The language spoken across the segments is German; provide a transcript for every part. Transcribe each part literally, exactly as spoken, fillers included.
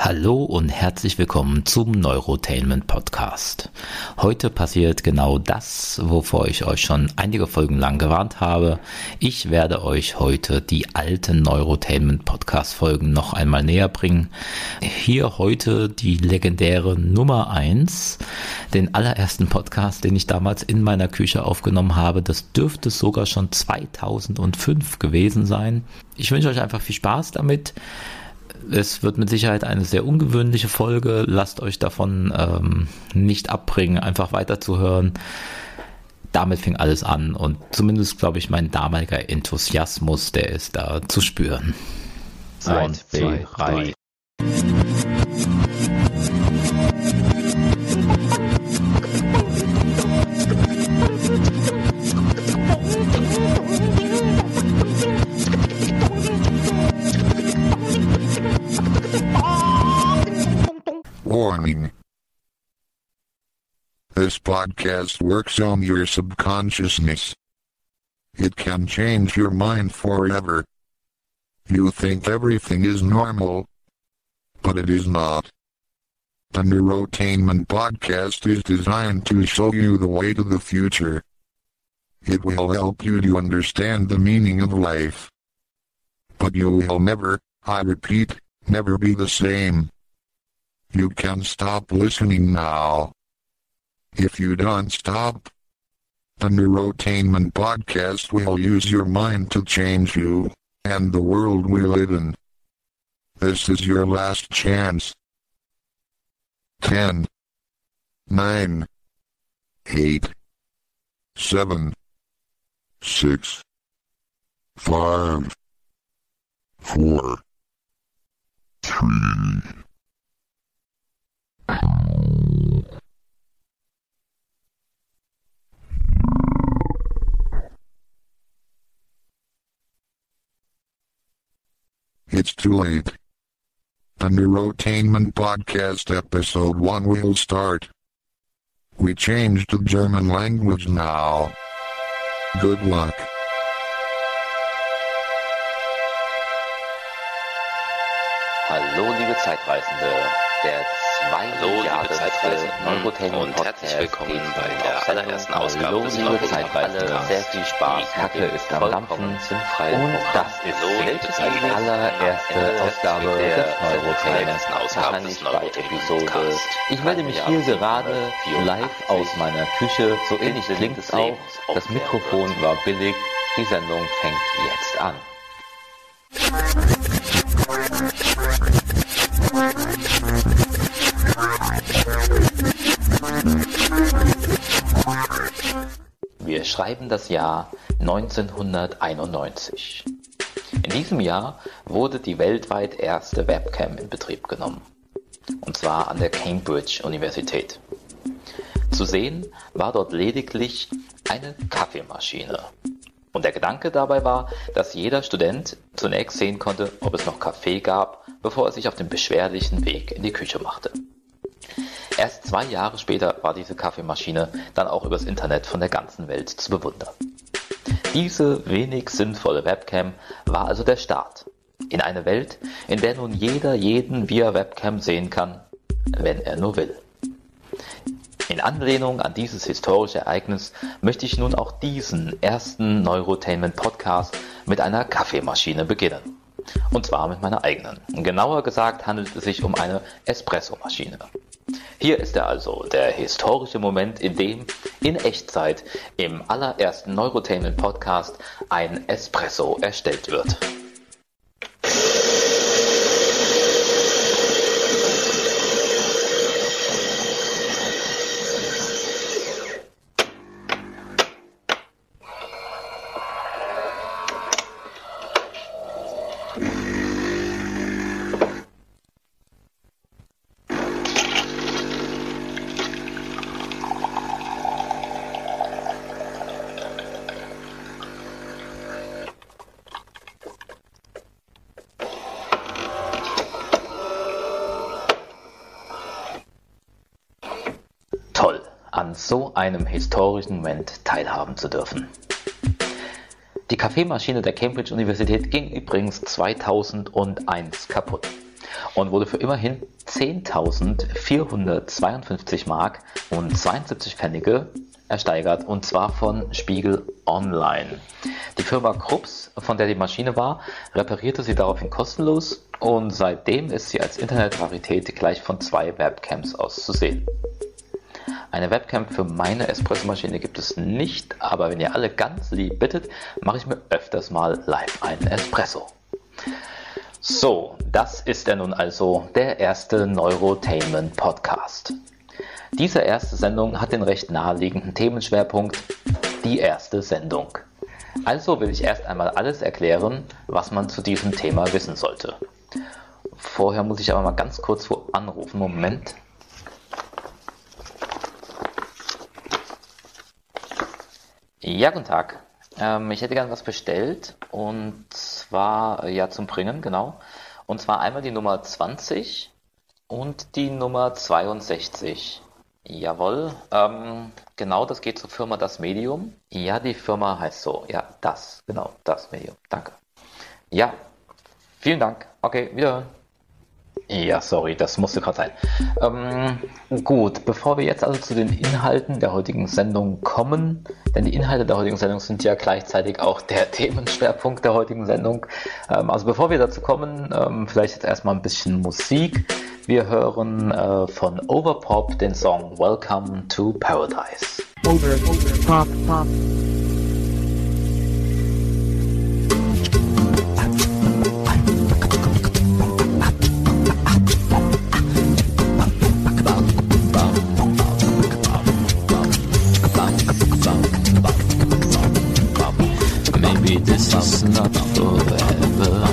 Hallo und herzlich willkommen zum Neurotainment Podcast. Heute passiert genau das, wovor ich euch schon einige Folgen lang gewarnt habe. Ich werde euch heute die alten Neurotainment Podcast Folgen noch einmal näher bringen. Hier heute die legendäre Nummer eins, den allerersten Podcast, den ich damals in meiner Küche aufgenommen habe. Das dürfte sogar schon zweitausendfünf gewesen sein. Ich wünsche euch einfach viel Spaß damit. Es wird mit Sicherheit eine sehr ungewöhnliche Folge. Lasst euch davon ähm, nicht abbringen, einfach weiterzuhören. Damit fing alles an und zumindest, glaube ich, mein damaliger Enthusiasmus, der ist da zu spüren. Eins, zwei, drei. Warning. This podcast works on your subconsciousness. It can change your mind forever. You think everything is normal, but it is not. The Neurotainment podcast is designed to show you the way to the future. It will help you to understand the meaning of life. But you will never, I repeat, never be the same. You can stop listening now. If you don't stop, the Neurotainment podcast will use your mind to change you, and the world we live in. This is your last chance. Ten, nine, eight, seven, six, five, four, three. It's too late. The Neurotainment podcast episode one will start. We changed to German language now. Good luck. Hallo liebe Zeitreisende, der zweite Jahreszeitreise Neurotainment und herzlich willkommen bei der allerersten Ausgabe des Neurotainment Podcasts. Sehr viel Spaß, die Kacke ist am Dampfen und das ist die allererste Ausgabe des Neurotainment Wahrscheinlich bei Episode. Ich melde mich hier gerade live aus meiner Küche, so ähnlich klingt es auch. Das Mikrofon war billig, die Sendung fängt jetzt an. Wir schreiben das Jahr neunzehnhunderteinundneunzig. In diesem Jahr wurde die weltweit erste Webcam in Betrieb genommen. Und zwar an der Cambridge-Universität. Zu sehen war dort lediglich eine Kaffeemaschine. Und der Gedanke dabei war, dass jeder Student zunächst sehen konnte, ob es noch Kaffee gab, bevor er sich auf den beschwerlichen Weg in die Küche machte. Erst zwei Jahre später war diese Kaffeemaschine dann auch übers Internet von der ganzen Welt zu bewundern. Diese wenig sinnvolle Webcam war also der Start in eine Welt, in der nun jeder jeden via Webcam sehen kann, wenn er nur will. In Anlehnung an dieses historische Ereignis möchte ich nun auch diesen ersten Neurotainment Podcast mit einer Kaffeemaschine beginnen. Und zwar mit meiner eigenen. Genauer gesagt handelt es sich um eine Espressomaschine. Hier ist er also, der historische Moment, in dem in Echtzeit im allerersten Neurotainment Podcast ein Espresso erstellt wird. An so einem historischen Moment teilhaben zu dürfen. Die Kaffeemaschine der Cambridge-Universität ging übrigens zweitausendeins kaputt. und wurde für immerhin zehntausendvierhundertzweiundfünfzig Mark und zweiundsiebzig Pfennige ersteigert, und zwar von Spiegel Online. Die Firma Krups, von der die Maschine war, reparierte sie daraufhin kostenlos, und seitdem ist sie als Internetrarität gleich von zwei Webcams aus zu sehen. Eine Webcam für meine Espressomaschine gibt es nicht, aber wenn ihr alle ganz lieb bittet, mache ich mir öfters mal live einen Espresso. So, das ist er nun also, der erste Neurotainment Podcast. Diese erste Sendung hat den recht naheliegenden Themenschwerpunkt, die erste Sendung. Also will ich erst einmal alles erklären, was man zu diesem Thema wissen sollte. Vorher muss ich aber mal ganz kurz wo anrufen. Moment. Ja, guten Tag. Ähm, ich hätte gern was bestellt, und zwar, ja, zum Bringen, genau. Und zwar einmal die Nummer zwanzig und die Nummer zweiundsechzig. Jawohl, ähm, genau, das geht zur Firma Das Medium. Ja, die Firma heißt so. Ja, das, genau, Das Medium. Danke. Ja, vielen Dank. Okay, wiederhören. Ja, sorry, das musste gerade sein. Ähm, gut, bevor wir jetzt also zu den Inhalten der heutigen Sendung kommen, denn die Inhalte der heutigen Sendung sind ja gleichzeitig auch der Themenschwerpunkt der heutigen Sendung. Ähm, also bevor wir dazu kommen, ähm, vielleicht jetzt erstmal ein bisschen Musik. Wir hören äh, von Overpop den Song Welcome to Paradise. Over, over, pop, pop. Maybe this is not forever.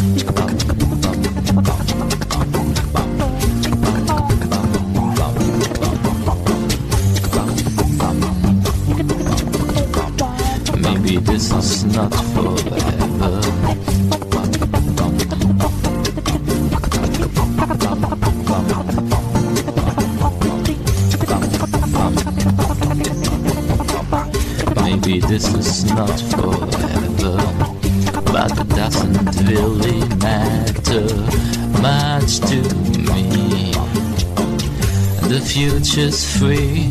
Maybe this is not forever. Maybe this is not forever, but it doesn't really matter much to me. The future's free.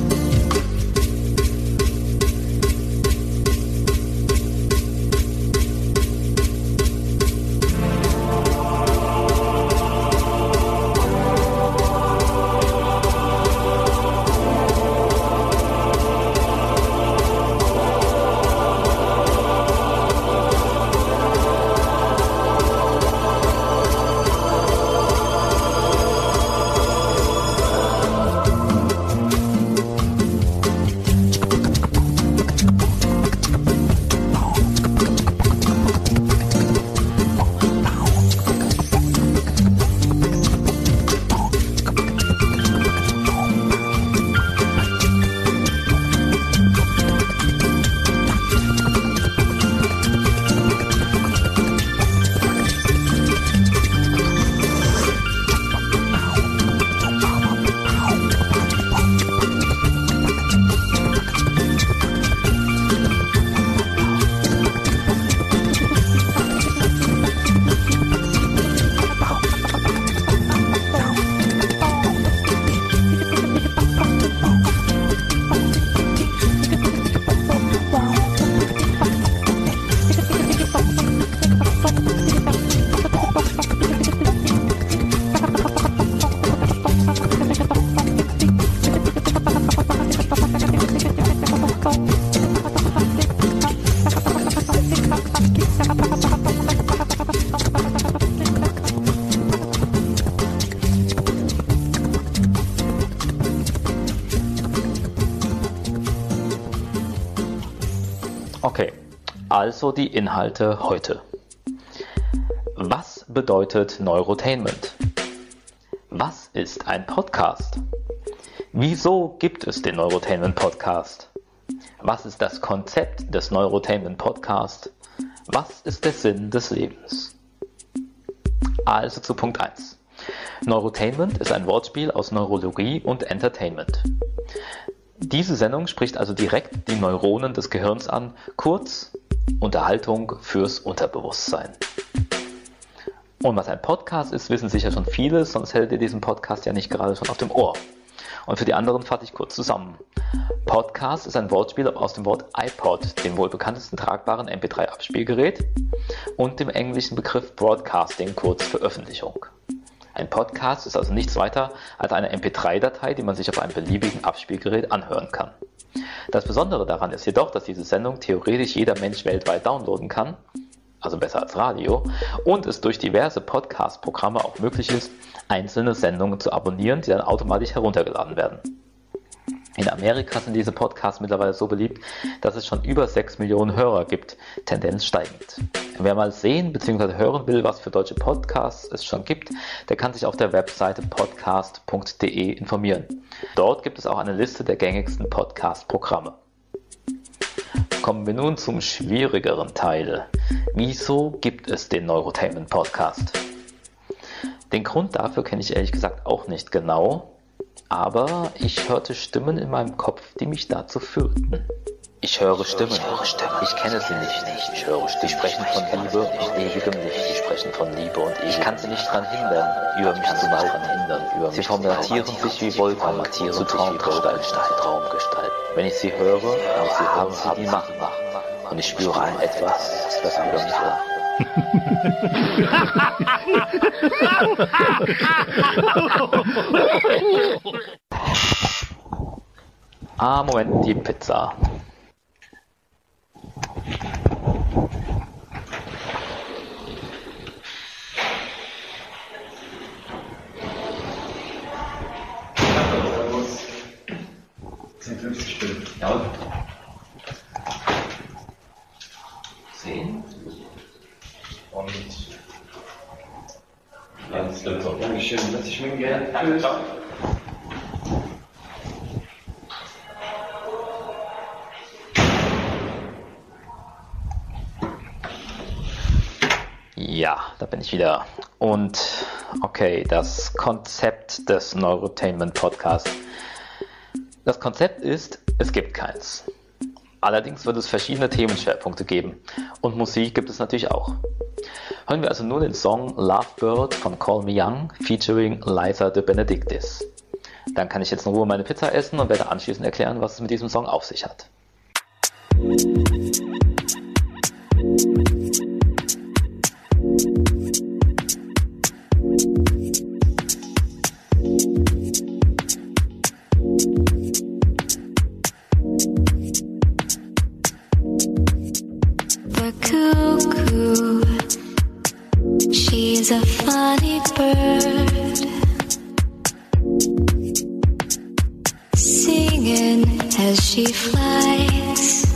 Okay, also die Inhalte heute. Was bedeutet Neurotainment? Was ist ein Podcast? Wieso gibt es den Neurotainment Podcast? Was ist das Konzept des Neurotainment Podcast? Was ist der Sinn des Lebens? Also zu Punkt eins. Neurotainment ist ein Wortspiel aus Neurologie und Entertainment. Diese Sendung spricht also direkt die Neuronen des Gehirns an, kurz Unterhaltung fürs Unterbewusstsein. Und was ein Podcast ist, wissen sicher schon viele, sonst hättet ihr diesen Podcast ja nicht gerade schon auf dem Ohr. Und für die anderen fasse ich kurz zusammen. Podcast ist ein Wortspiel aus dem Wort iPod, dem wohl bekanntesten tragbaren M P drei Abspielgerät, und dem englischen Begriff Broadcasting, kurz Veröffentlichung. Ein Podcast ist also nichts weiter als eine M P drei Datei, die man sich auf einem beliebigen Abspielgerät anhören kann. Das Besondere daran ist jedoch, dass diese Sendung theoretisch jeder Mensch weltweit downloaden kann, also besser als Radio, und es durch diverse Podcast-Programme auch möglich ist, einzelne Sendungen zu abonnieren, die dann automatisch heruntergeladen werden. In Amerika sind diese Podcasts mittlerweile so beliebt, dass es schon über sechs Millionen Hörer gibt, Tendenz steigend. Wer mal sehen bzw. hören will, was für deutsche Podcasts es schon gibt, der kann sich auf der Webseite podcast punkt de informieren. Dort gibt es auch eine Liste der gängigsten Podcast-Programme. Kommen wir nun zum schwierigeren Teil. Wieso gibt es den Neurotainment Podcast? Den Grund dafür kenne ich ehrlich gesagt auch nicht genau, aber ich hörte Stimmen in meinem Kopf, die mich dazu führten. Ich höre Stimmen, ich, höre Stimmen. Ich kenne sie nicht. Ich höre Stimmen. Die sprechen von Liebe und ewigem Licht. Die sprechen von Liebe und ewigem. Ich kann sie nicht daran hindern, über mich zu walten. Sie formatieren sich wie Wolken, formatieren zu Traumgestalten. Wenn ich sie höre, und sie haben sie die Macht. Und ich spüre ein etwas, das über mich lacht. Ah, Moment, die Pizza. Ja. Zehn. Und ganz bitte. Dankeschön, dass ich mir gerne. Danke, ciao. Ja, da bin ich wieder. Und okay, das Konzept des Neurotainment Podcasts. Das Konzept ist, es gibt keins. Allerdings wird es verschiedene Themenschwerpunkte geben. Und Musik gibt es natürlich auch. Hören wir also nun den Song Lovebird von Call Me Young featuring Liza de Benedictis. Dann kann ich jetzt in Ruhe meine Pizza essen und werde anschließend erklären, was es mit diesem Song auf sich hat. She's a funny bird, singing as she flies.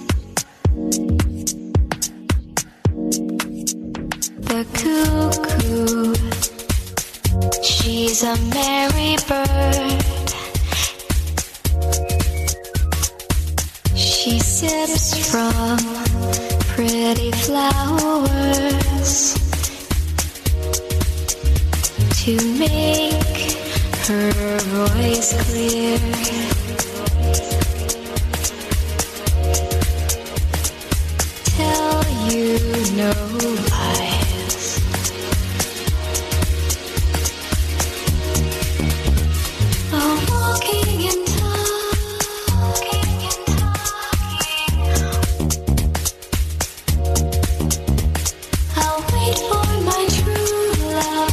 The cuckoo, she's a merry bird. She sips from pretty flowers to make her voice clear. Tell you no lies. I'm walking in talking and talking. I'll wait for my true love.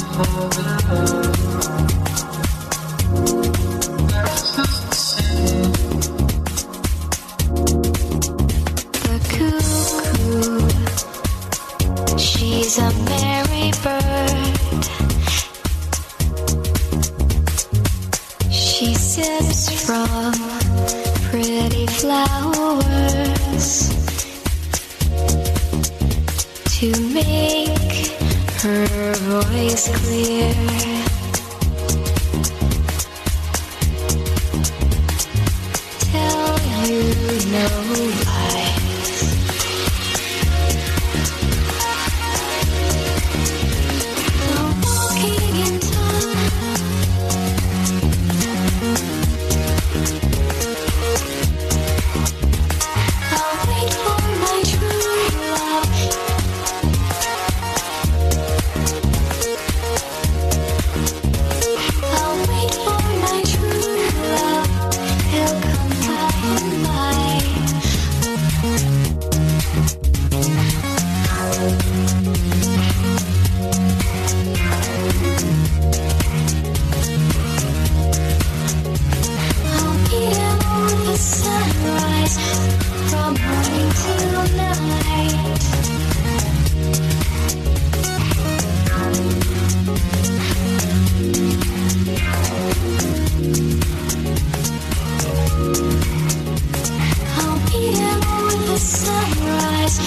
The cuckoo, she's a merry bird. She sips from pretty flowers to make her voice clear. Tell you no lies. While walking in time, I'll wait for my true love. I'll wait for my true love. He'll come by and by. I'll meet him on the sunrise, from morning till night. I'll meet him on the sunrise.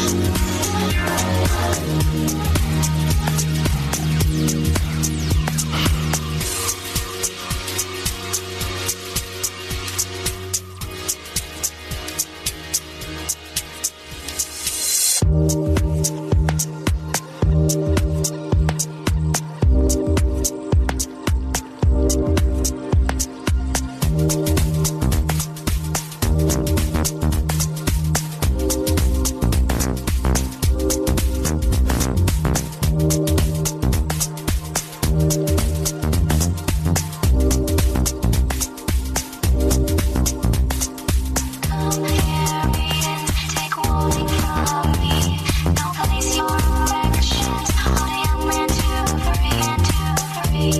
Come here, read it, take warning from me. Don't place your affections on a young man too free and too free.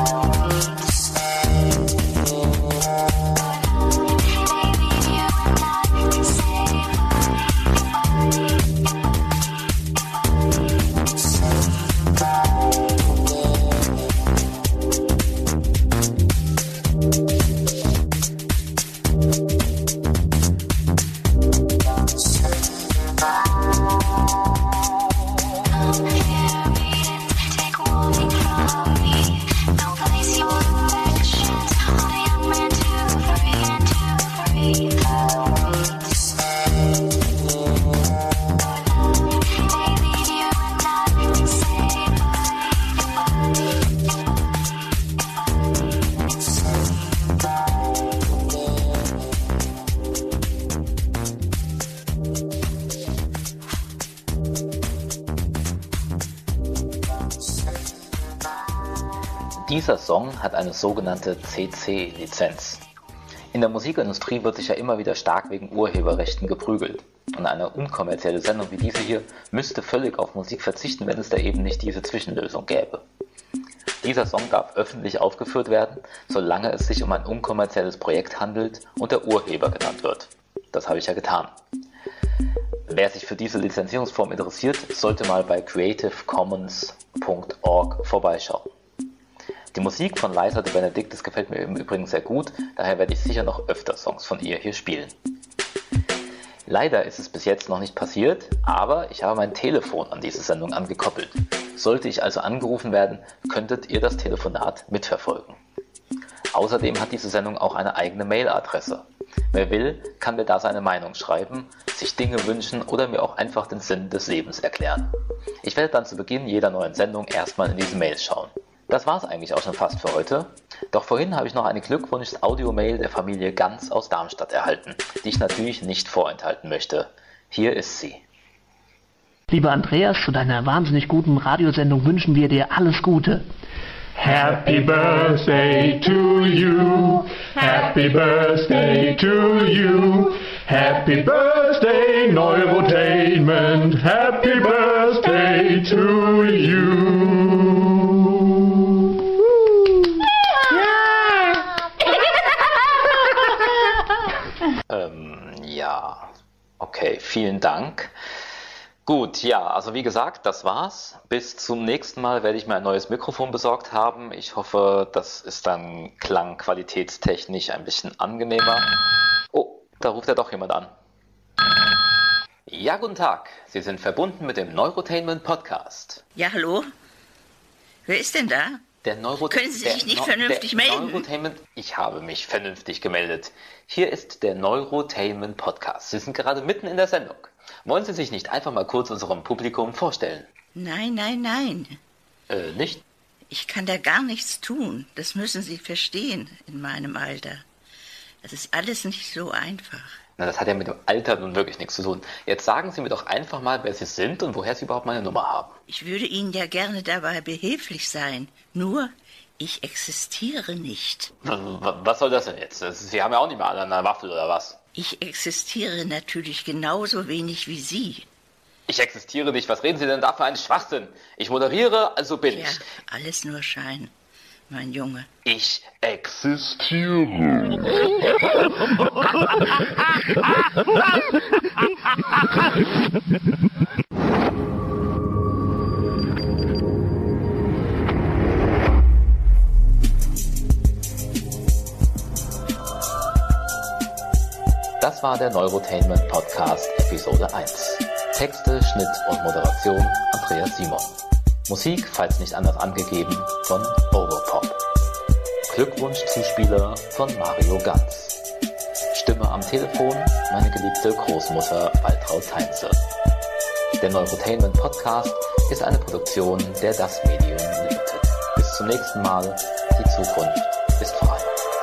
Baby, you and I say Come here, read it, take warning from me. Don't place your affections on a young man too free and too free. Baby, you and I say Dieser Song hat eine sogenannte C C-Lizenz. In der Musikindustrie wird sich ja immer wieder stark wegen Urheberrechten geprügelt. Und eine unkommerzielle Sendung wie diese hier müsste völlig auf Musik verzichten, wenn es da eben nicht diese Zwischenlösung gäbe. Dieser Song darf öffentlich aufgeführt werden, solange es sich um ein unkommerzielles Projekt handelt und der Urheber genannt wird. Das habe ich ja getan. Wer sich für diese Lizenzierungsform interessiert, sollte mal bei creative commons punkt org vorbeischauen. Die Musik von Liza de Benedictis gefällt mir im Übrigen sehr gut, daher werde ich sicher noch öfter Songs von ihr hier spielen. Leider ist es bis jetzt noch nicht passiert, aber ich habe mein Telefon an diese Sendung angekoppelt. Sollte ich also angerufen werden, könntet ihr das Telefonat mitverfolgen. Außerdem hat diese Sendung auch eine eigene Mailadresse. Wer will, kann mir da seine Meinung schreiben, sich Dinge wünschen oder mir auch einfach den Sinn des Lebens erklären. Ich werde dann zu Beginn jeder neuen Sendung erstmal in diese Mails schauen. Das war's eigentlich auch schon fast für heute. Doch vorhin habe ich noch eine Glückwunsch-Audio-Mail der Familie Ganz aus Darmstadt erhalten, die ich natürlich nicht vorenthalten möchte. Hier ist sie. Lieber Andreas, zu deiner wahnsinnig guten Radiosendung wünschen wir dir alles Gute. Happy birthday to you, happy birthday to you, happy birthday Neurotainment, happy birthday to you. vielen Dank. Gut, ja, also wie gesagt, das war's. Bis zum nächsten Mal werde ich mir ein neues Mikrofon besorgt haben. Ich hoffe, das ist dann klangqualitätstechnisch ein bisschen angenehmer. Oh, da ruft ja doch jemand an. Ja, guten Tag. Sie sind verbunden mit dem Neurotainment Podcast. Ja, hallo? Wer ist denn da? Der Neuro Können Sie der sich nicht Neu- vernünftig der melden? Neurotainment, ich habe mich vernünftig gemeldet. Hier ist der Neurotainment Podcast. Sie sind gerade mitten in der Sendung. Wollen Sie sich nicht einfach mal kurz unserem Publikum vorstellen? Nein, nein, nein. Äh, nicht? Ich kann da gar nichts tun. Das müssen Sie verstehen in meinem Alter. Das ist alles nicht so einfach. Na, das hat ja mit dem Alter nun wirklich nichts zu tun. Jetzt sagen Sie mir doch einfach mal, wer Sie sind und woher Sie überhaupt meine Nummer haben. Ich würde Ihnen ja gerne dabei behilflich sein. Nur, ich existiere nicht. W- w- Was soll das denn jetzt? Das- Sie haben ja auch nicht mal alle eine Waffel oder was? Ich existiere natürlich genauso wenig wie Sie. Ich existiere nicht. Was reden Sie denn da für einen Schwachsinn? Ich moderiere, also bin Ja, ich. alles nur Schein, mein Junge. Ich existiere. Das war der Neurotainment Podcast Episode eins. Texte, Schnitt und Moderation Andreas Simon. Musik, falls nicht anders angegeben, von Overpop. Glückwunsch-Zuspieler von Mario Ganz. Stimme am Telefon, meine geliebte Großmutter Waltraud Heinze. Der Neurotainment Podcast ist eine Produktion der Das Medium Limited. Bis zum nächsten Mal, die Zukunft ist frei.